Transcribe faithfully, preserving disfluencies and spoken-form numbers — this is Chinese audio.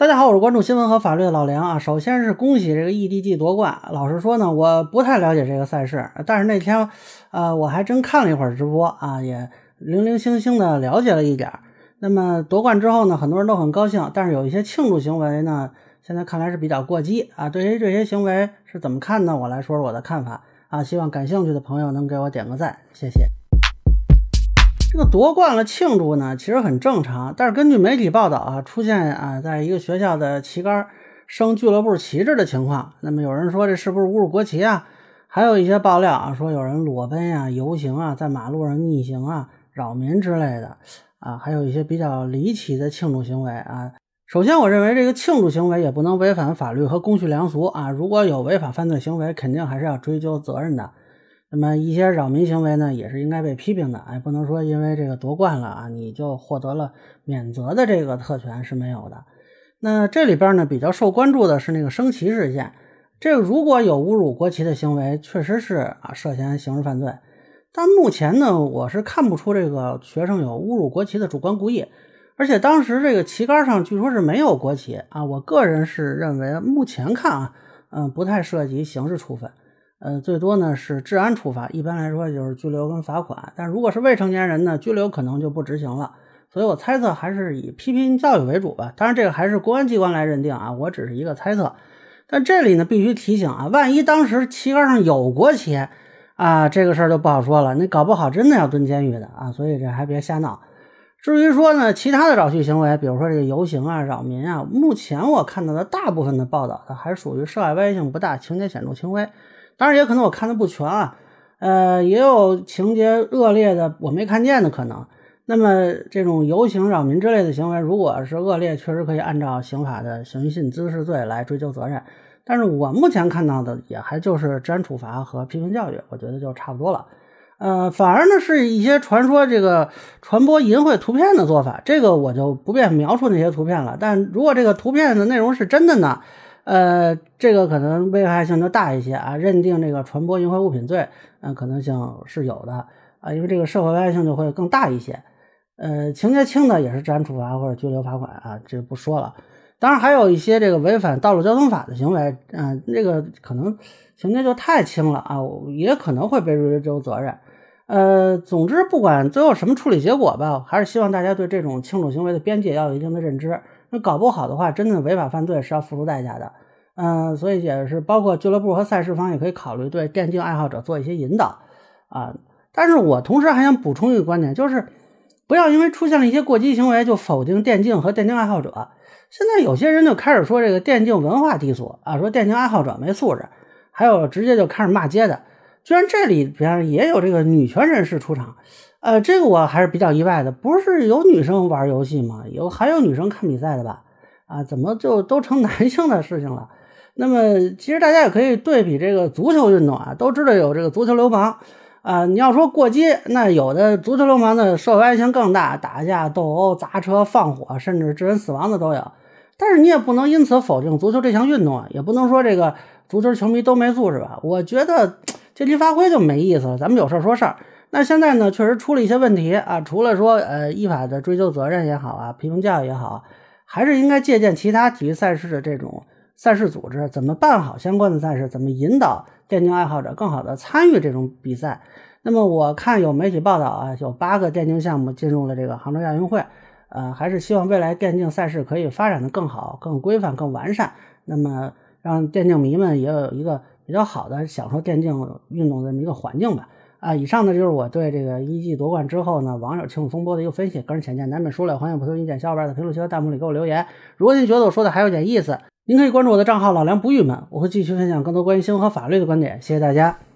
大家好，我是关注新闻和法律的老梁啊。首先是恭喜这个 E D G 夺冠。老实说呢，我不太了解这个赛事，但是那天呃我还真看了一会儿直播啊，也零零星星的了解了一点。那么夺冠之后呢，很多人都很高兴，但是有一些庆祝行为呢，现在看来是比较过激啊。对于这些行为是怎么看呢？我来说说我的看法啊，希望感兴趣的朋友能给我点个赞，谢谢。这个夺冠了庆祝呢，其实很正常，但是根据媒体报道啊，出现啊，在一个学校的旗杆升俱乐部旗帜的情况，那么有人说这是不是侮辱国旗啊？还有一些爆料啊，说有人裸奔啊、游行啊、在马路上逆行啊、扰民之类的啊，还有一些比较离奇的庆祝行为啊。首先我认为这个庆祝行为也不能违反法律和公序良俗啊，如果有违法犯罪行为，肯定还是要追究责任的。那么一些扰民行为呢，也是应该被批评的，哎，不能说因为这个夺冠了啊，你就获得了免责的这个特权是没有的。那这里边呢，比较受关注的是那个升旗事件，这个如果有侮辱国旗的行为，确实是啊涉嫌刑事犯罪。但目前呢，我是看不出这个学生有侮辱国旗的主观故意，而且当时这个旗杆上据说是没有国旗啊，我个人是认为目前看啊，嗯，不太涉及刑事处分。呃，最多呢是治安处罚，一般来说就是拘留跟罚款，但如果是未成年人呢，拘留可能就不执行了。所以我猜测还是以批评教育为主吧，当然这个还是公安机关来认定啊，我只是一个猜测。但这里呢必须提醒啊，万一当时旗杆上有国旗啊，这个事儿就不好说了，你搞不好真的要蹲监狱的啊，所以这还别瞎闹。至于说呢，其他的扰序行为，比如说这个游行啊、扰民啊，目前我看到的大部分的报道，它还属于涉外危害性不大、情节显著轻微。当然也可能我看的不全啊，呃，也有情节恶劣的我没看见的可能。那么这种游行扰民之类的行为，如果是恶劣，确实可以按照刑法的寻衅滋事罪来追究责任。但是我目前看到的也还就是治安处罚和批评教育，我觉得就差不多了。呃，反而呢是一些传说这个传播淫秽图片的做法，这个我就不便描述那些图片了。但如果这个图片的内容是真的呢？呃，这个可能危害性就大一些啊，认定这个传播淫秽物品罪，嗯、呃，可能性是有的啊，因为这个社会危害性就会更大一些。呃，情节轻的也是治安处罚或者拘留罚款啊，这不说了。当然还有一些这个违反道路交通法的行为，嗯、呃，这个可能情节就太轻了啊，也可能会被追究责任。呃，总之不管最后什么处理结果吧，还是希望大家对这种庆祝行为的边界要有一定的认知。那搞不好的话，真的违法犯罪是要付出代价的。嗯、呃，所以也是包括俱乐部和赛事方也可以考虑对电竞爱好者做一些引导啊。但是我同时还想补充一个观点，就是不要因为出现了一些过激行为就否定电竞和电竞爱好者。现在有些人就开始说这个电竞文化低俗啊，说电竞爱好者没素质，还有直接就开始骂街的。居然这里边也有这个女权人士出场。呃，这个我还是比较意外的，不是有女生玩游戏吗？有还有女生看比赛的吧？啊，怎么就都成男性的事情了？那么其实大家也可以对比这个足球运动啊，都知道有这个足球流氓啊。你要说过激，那有的足球流氓的社会危害性更大，打架、斗殴、砸车、放火，甚至致人死亡的都有。但是你也不能因此否定足球这项运动啊，也不能说这个足球球迷都没素质吧？我觉得借题发挥就没意思了，咱们有事说事儿。那现在呢，确实出了一些问题啊，除了说呃依法的追究责任也好啊，批评教育也好，还是应该借鉴其他体育赛事的这种赛事组织，怎么办好相关的赛事，怎么引导电竞爱好者更好的参与这种比赛。那么我看有媒体报道啊，有八个电竞项目进入了这个杭州亚运会，呃，还是希望未来电竞赛事可以发展的更好、更规范、更完善，那么让电竞迷们也有一个比较好的享受电竞运动的这么一个环境吧。啊，以上呢就是我对这个一季夺冠之后呢网友庆祝风波的一个分析，个人浅见难免疏漏，欢迎不同意见小伙伴在评论区和弹幕里给我留言。如果您觉得我说的还有点意思，您可以关注我的账号老梁不郁闷，我会继续分享更多关于新闻和法律的观点。谢谢大家。